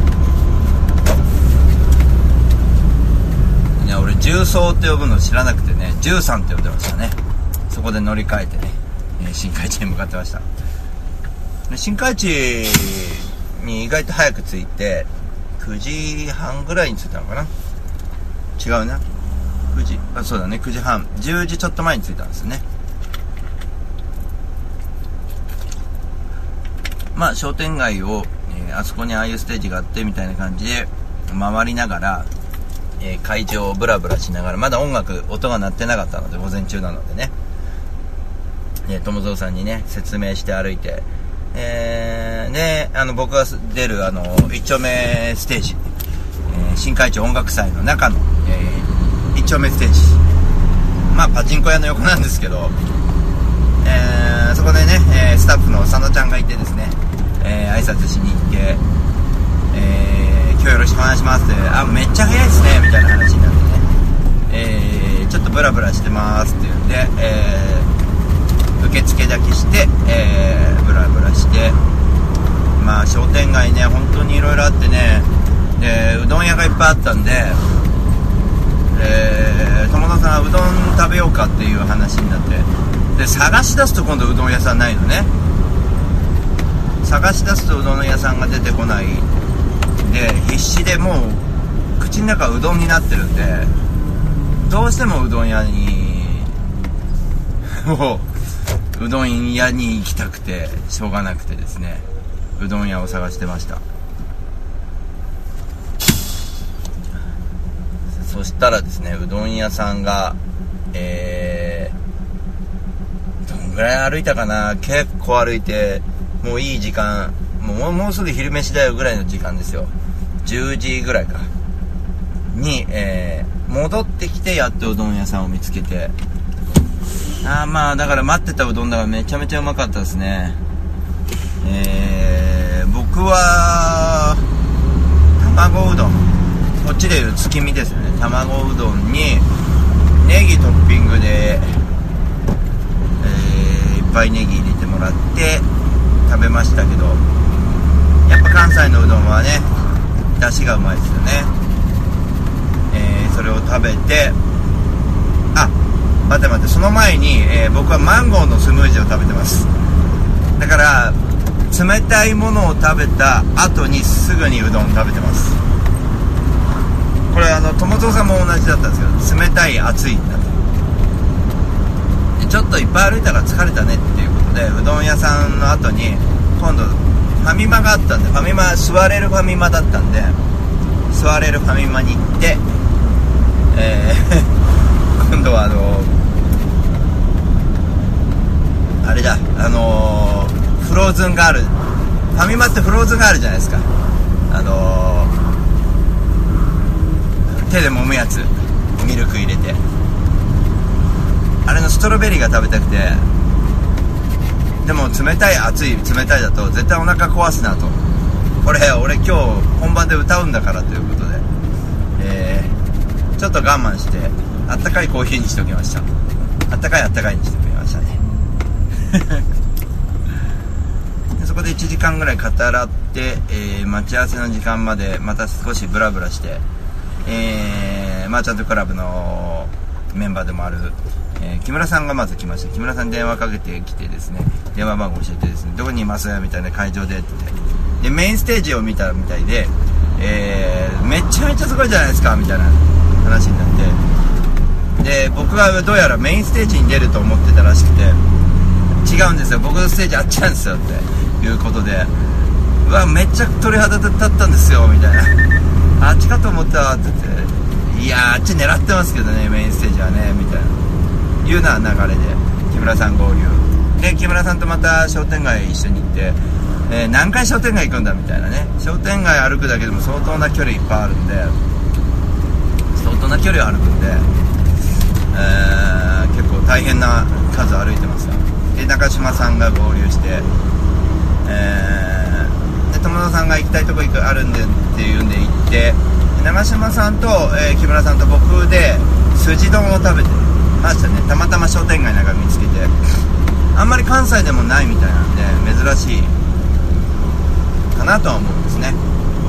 ね、俺重曹って呼ぶの知らなくてねじゅうさんって呼んでましたね。そこで乗り換えてね、えー、新海地へ向かってました。で新海地に意外と早く着いてくじはんぐらいに着いたのかな。違うなくじ、あそうだねくじはん、じゅうじちょっと前に着いたんですね。まあ商店街を、えー、あそこにああいうステージがあってみたいな感じで回りながら、えー、会場をブラブラしながら、まだ音楽音が鳴ってなかったので午前中なのでね、えー、友蔵さんにね説明して歩いて、えー、であの僕が出るあの一丁目ステージ、えー、新海地音楽祭の中の、えー、一丁目ステージ、まあパチンコ屋の横なんですけど、えー、そこでね、えー、スタッフの佐野ちゃんがいてですね、えー、挨拶しに行って、えー、今日よろしくお願いしますって、あめっちゃ早いですねみたいな話になってね、えー、ちょっとブラブラしてますっていうんで、えー、受付だけして、えー、ブラブラして、まあ商店街ね本当にいろいろあってね、でうどん屋がいっぱいあったんで、えー、友田さんうどん食べようかっていう話になって、で探し出すと今度うどん屋さんないのね。探し出すとうどん屋さんが出てこないで、必死でもう口の中うどんになってるんで、どうしてもうどん屋にもううどん屋に行きたくてしょうがなくてですね、うどん屋を探してました。そしたらですね、うどん屋さんがえー、どんぐらい歩いたかな、結構歩いて、もういい時間、もう、もうすぐ昼飯だよぐらいの時間ですよ。じゅうじぐらいかに、えー、戻ってきてやっとうどん屋さんを見つけて、あーまあだから待ってたうどんだがめちゃめちゃうまかったですね。えー、僕は卵うどん、こっちでいう月見ですね。卵うどんにネギトッピングで、えー、いっぱいネギ入れてもらって食べましたけど、やっぱ関西のうどんはね出汁がうまいですよね。えー、それを食べて、あ待って待ってその前に、えー、僕はマンゴーのスムージーを食べてます。 だから冷たいものを食べた後にすぐにうどん食べてます。これあの友蔵さんも同じだったんですけど、冷たい熱いんだと。でちょっといっぱい歩いたら疲れたねっていうことで、うどん屋さんの後に今度ファミマがあったんで、ファミマ座れるファミマだったんで、座れるファミマに行って、えー、今度はあのあれだ、あのー、フローズンがある、ファミマってフローズンがあるじゃないですか。あのー、手で揉むやつ、ミルク入れて、あれのストロベリーが食べたくて、でも冷たい熱い冷たいだと絶対お腹壊すなと、これ俺今日本番で歌うんだからということで、えー、ちょっと我慢してあったかいコーヒーにしておきました。あったかいあったかいにしておきましたねでそこでいちじかんぐらい語らって、えー、待ち合わせの時間までまた少しブラブラして、えー、マーチャントクラブのメンバーでもある、えー、木村さんがまず来ました。木村さんに電話かけてきてですね、電話番号教えてですね、どこにいますみたいな、会場でってでメインステージを見たみたいで、えー、めちゃめちゃすごいじゃないですかみたいな話になって、で僕はどうやらメインステージに出ると思ってたらしくて、違うんですよ、僕のステージあっちなんですよっていうことで、うわめっちゃ鳥肌立ったんですよみたいな、あっちかと思ったわって言って、いやーあっち狙ってますけどねメインステージはねみたいないうような流れで木村さん合流で、木村さんとまた商店街一緒に行って、えー、何回商店街行くんだみたいなね、商店街歩くだけでも相当な距離いっぱいあるんで、相当な距離を歩くんで、えー、結構大変な数歩いてますよ。で中島さんが合流して、えー、で友野さんが行きたいとこ行くあるんでっていうんで行って、長嶋さんと、えー、木村さんと僕で筋丼を食べてましたね。たまたま商店街なんか見つけて、あんまり関西でもないみたいなんで珍しいかなとは思うんですね。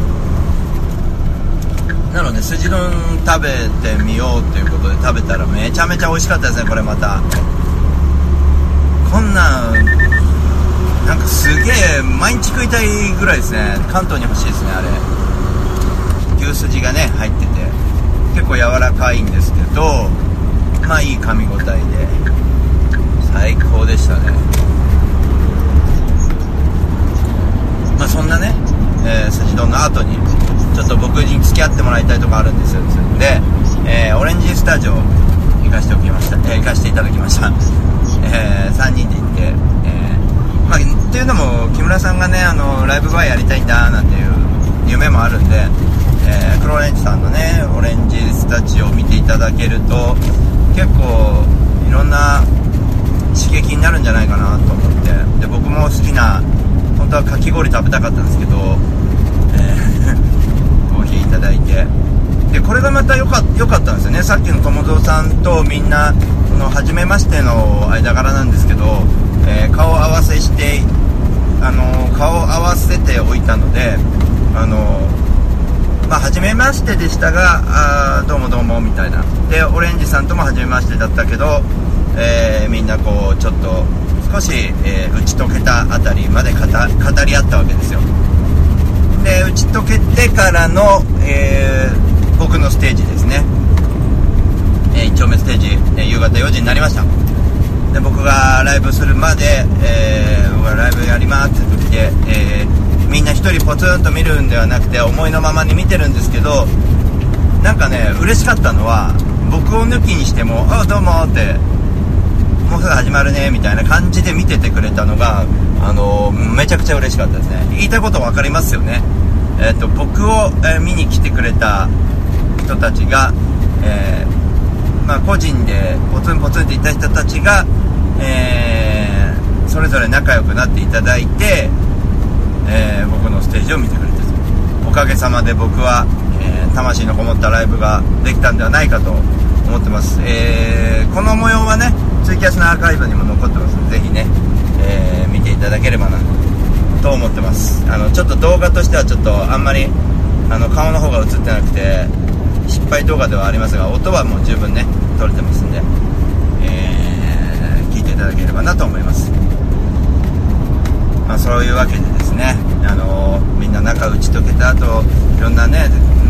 なので筋丼食べてみようということで食べたらめちゃめちゃ美味しかったですね。これまたこんなんなんかすげえ毎日食いたいぐらいですね。関東に欲しいですね。あれ牛すじがね入ってて結構柔らかいんですけど、まあいい噛み応えで最高でしたね。まあそんなね、えー、筋丼の後にちょっと僕に付き合ってもらいたいとこあるんですよ。で、えー、オレンジスタジオ行かしておきました、えー、行かしていただきました、えー、さんにんで行って、えー、まあっていうのも木村さんがねあのライブバーやりたいんだなんていう夢もあるんで、えー、黒オレンジさんのねオレンジスタジオを見ていただけると結構いろんな刺激になるんじゃないかなと思って、で僕も好きな本当はかき氷食べたかったんですけど、えー、コーヒーいただいて、でこれがまた良か、良かったんですよね。さっきの友蔵さんとみんなこの初めましての間柄なんですけど、えー、顔合わせしてあの顔合わせておいたので、あのまあ初めましてでしたが、あどうもどうもみたいなで、オレンジさんとも初めましてだったけど、えー、みんなこうちょっと少し、えー、打ち解けたあたりまで語り合ったわけですよ。で打ち解けてからの、えー、僕のステージですね、えー、いち丁目ステージ、えー、夕方よじになりました。で僕がライブするまで、えー、僕がライブやりますって時で、えー、みんな一人ポツンと見るんではなくて思いのままに見てるんですけど、なんかね嬉しかったのは僕を抜きにしてもあどうもってもうすぐ始まるねみたいな感じで見ててくれたのが、あのー、めちゃくちゃ嬉しかったですね。言いたいこと分かりますよね。えー、と僕を、えー、見に来てくれた人たちが、えーまあ、個人でポツンポツンっていった人たちが、えー、それぞれ仲良くなっていただいて、えー、僕のステージを見てくれて、おかげさまで僕は、えー、魂のこもったライブができたんではないかと思ってます。えー、この模様はねツイキャスのアーカイブにも残ってますので、ぜひね、えー、見ていただければなと思ってます。あのちょっと動画としてはちょっとあんまりあの顔の方が映ってなくて失敗動画ではありますが、音はもう十分ね撮れてますんで、えー、聞いていただければなと思います。 そういうわけでですね、あのー、みんな仲打ち解けた後、いろんなね、うん、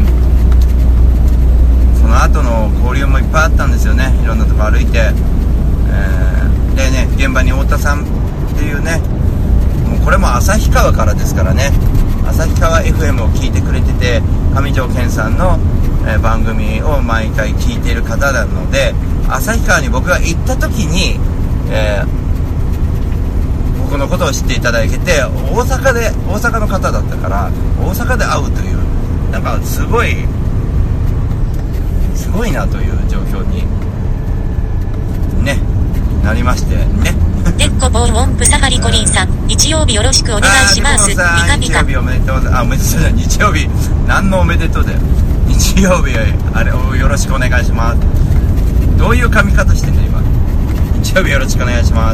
その後の交流もいっぱいあったんですよね。いろんなとこ歩いて、えー、でね、現場に太田さんっていうね、もうこれも旭川からですからね、旭川 エフエム を聞いてくれてて、上条健さんの、えー、番組を毎回聞いている方なので、旭川に僕が行った時に、えー、僕のことを知っていただけて、大阪で大阪の方だったから大阪で会うという、なんかすごいすごいなという状況にねなりましてね。 デッコボール音符サファリコリンさん、日曜日よろしくお願いします。ピカピカ。 日曜日おめでとう。あ、おめでとうだ。日曜日何のおめでとうだよ。日曜日あれよろしくお願いします。どういう髪型してんの今。日曜日よろしくお願いします。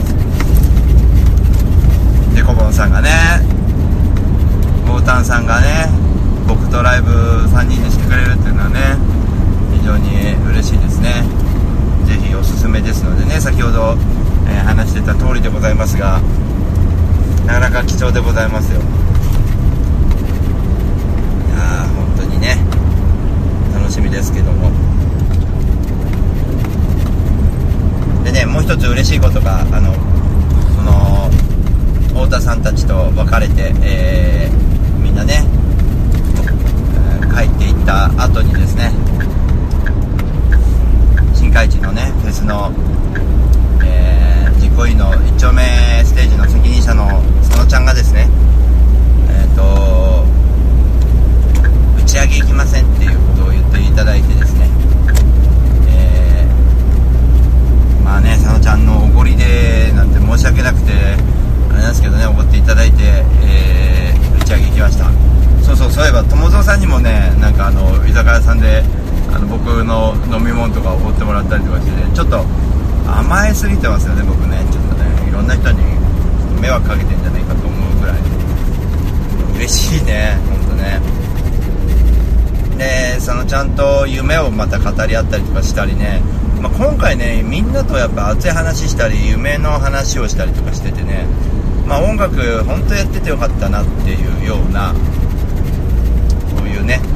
デコボンさんがね、ボータンさんがね、僕とライブさんにんでしてくれるっていうのはね、非常に嬉しいですね。ぜひおすすめですのでね、先ほど、えー、話してた通りでございますが、なかなか貴重でございますよ。いやー本当にね楽しみですけども。でね、もう一つ嬉しいことが、あのその太田さんたちと別れて、えー、みんなね、えー、帰っていった後にですね、新海地のねフェスの、えー、実行委員の一丁目ステージの責任者の佐野ちゃんがですね、えーと打ち上げ行きませんっていうことを言っていただいてですね、えー、まあね、佐野ちゃんのおごりでなんて申し訳なくてあれなんですけどね、おごっていただいて、えー、打ち上げ行きました。そうそう、そういえば友蔵さんにもね、なんかあの居酒屋さんであの僕の飲み物とかおごってもらったりとかして、ね、ちょっと甘えすぎてますよね僕ね。ちょっとね、いろんな人に迷惑かけてんじゃないかと思うぐらい嬉しいね、ほんとね。で、そのちゃんと夢をまた語り合ったりとかしたりね、まあ、今回ねみんなとやっぱ熱い話したり夢の話をしたりとかしててね、まあ、音楽本当やっててよかったなっていうような、そういうね、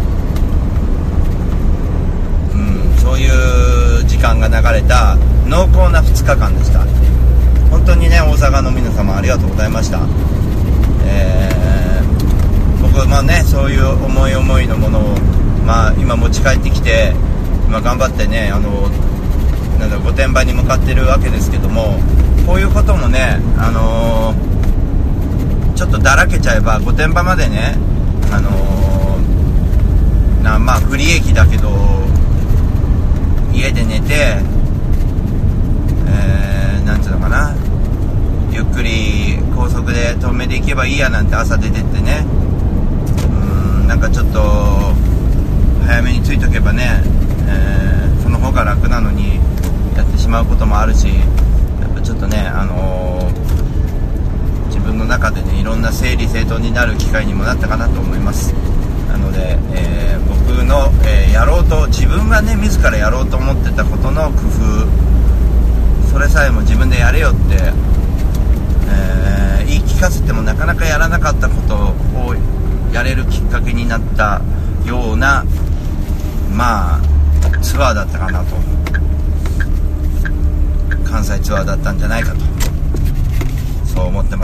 うん、そういう時間が流れた濃厚なふつかかんでした。本当にね、大阪の皆様ありがとうございました。えー、僕まあね、そういう思い思いのものを、まあ、今持ち帰ってきて、今頑張ってね、あのなんだ御殿場に向かってるわけですけども、こういうこともね、あのー、ちょっとだらけちゃえば御殿場までね、あのー、なまあ不利益だけど家で寝て、えー、なんつうのかな、ゆっくり高速で遠目で行けばいいやなんて朝出てってね、うーん、なんかちょっと早めに着いとけばね、えー、その方が楽なのにやってしまうこともあるし、やっぱちょっとね、あのー、自分の中でねいろんな整理整頓になる機会にもなったかなと思います。なので、えー、僕の、えー、やろうと自分がね自らやろうと思ってたことの工夫、それさえも自分でやれよって、えー、言い聞かせてもなかなかやらなかったことをやれるきっかけになったような、まあツアーだったかなと、関西ツアーだったんじゃないかと、そう思ってます。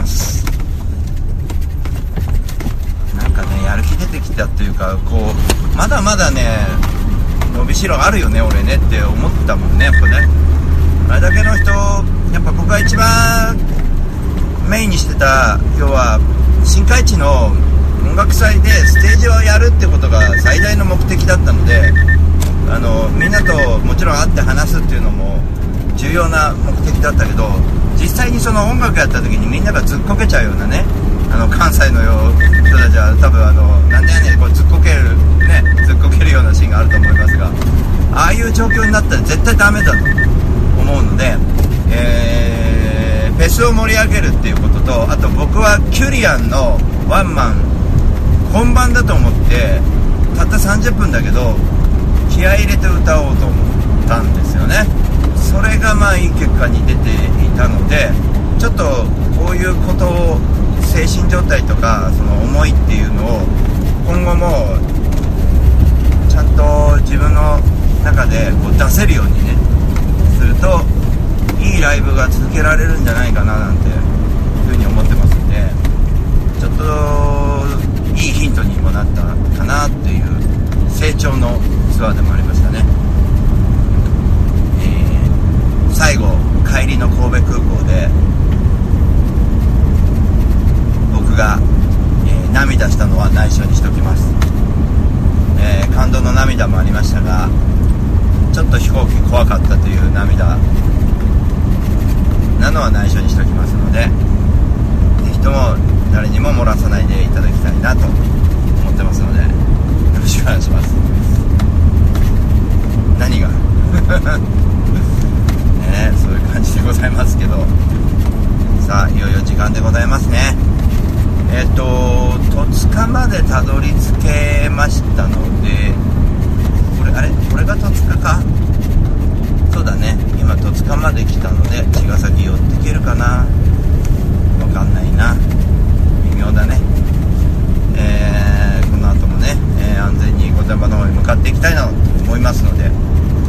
なんかね、やる気出てきたというか、こうまだまだね伸びしろあるよね俺ねって思ったもんね。やっぱね、あれだけの人、やっぱ僕が一番メインにしてた、要は新海地の音楽祭でステージをやるってことが最大の目的だったので、あのみんなともちろん会って話すっていうのも重要な目的だったけど、実際にその音楽やった時にみんながずっこけちゃうようなね、あの関西の人たちは多分あのなんでやねんこうずっこけるねずっこけるようなシーンがあると思いますが、ああいう状況になったら絶対ダメだと思うので、えー、フェスを盛り上げるっていうことと、あと僕はキュリアンのワンマン本番だと思ってたったさんじゅっぷんだけど気合い入れて歌おうと思ったんですよね。それがまあいい結果に出ていたので、 ちょっとこういうことを精神状態とかその思いっていうのを今後もちゃんと自分の中でこう出せるようにねするといいライブが続けられるんじゃないかななんていうふうに思ってますんで、ちょっといいヒントにもなったかなっていう成長のツアーでもありましたね。えー、最後帰りの神戸空港で僕が、えー、涙したのは内緒にしておきます。えー、感動の涙もありましたが、ちょっと飛行機怖かったという涙なのは内緒にしておきますので、ぜひとも誰にも漏らさないでいただきたいなと思ってますので、よろしくお願いします。何がね、そういう感じでございますけど、さあいよいよ時間でございますね。えっと戸塚までたどり着けましたので、これあれこれが戸塚か、そうだね、今戸塚まで来たので茅ヶ崎寄ってけるかな、わかんないな、微妙だね。えー、この後もね、えー、安全に御殿場の方に向かっていきたいなと思いますので、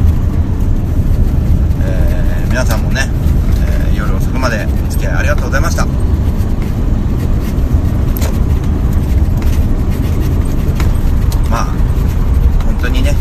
えー、皆さんもね、えー、夜遅くまでお付き合いありがとうございました。まあ本当にね、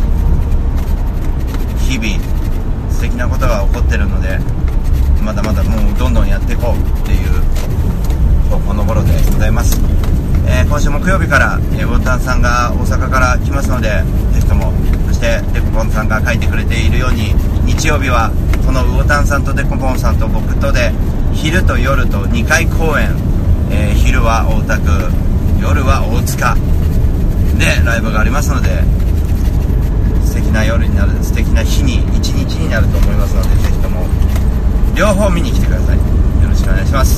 日々素敵なことが起こってるので、まだまだもうどんどんやっていこうっていうこの頃でございます。えー、今週木曜日から、えー、ウォータンさんが大阪から来ますので、ぜひとも、そしてデコポンさんが書いてくれているように、日曜日はこのウォータンさんとデコポンさんと僕とで昼と夜とにかい公演、えー、昼は大田区、夜は大塚でライブがありますので、素敵な夜になる、素敵な日に一日になると思いますので、ぜひとも両方見に来てください。よろしくお願いします。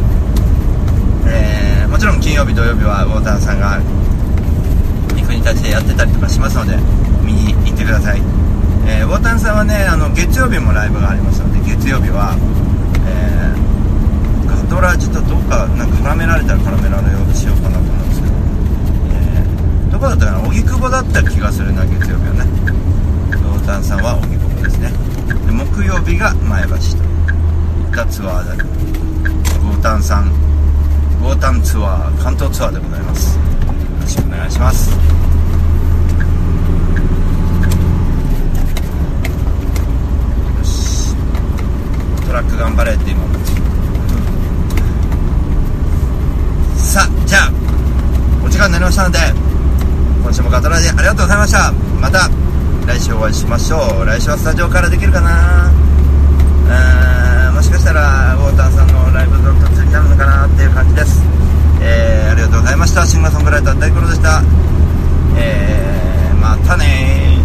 えー、もちろん金曜日土曜日はウォーターさんが三国立でやってたりとかしますので見に行ってください。えー、ウォーターさんはね、あの月曜日もライブがありますので、月曜日は、えー、ガトラジとどうかなんか絡められたら絡められようとしようかなと思うんですけど、えー、どこだったかな、荻窪だった気がするな、月曜日はね。ウォーターさんは荻窪ですね。で木曜日が前橋といったツアーで、ウォーターさんウォータンツアー、関東ツアーでございます。よろしくお願いします。よし、トラック頑張れって今思って、うん、さあじゃあお時間になりましたので、今週もガトラジありがとうございました。また来週お会いしましょう。来週はスタジオからできるかな、うーん、もしかしたらウォーターさんのライブの途中になるのかなっていう感じです。えー、ありがとうございました。シンガーソングライター大五郎でした。えー、またねー。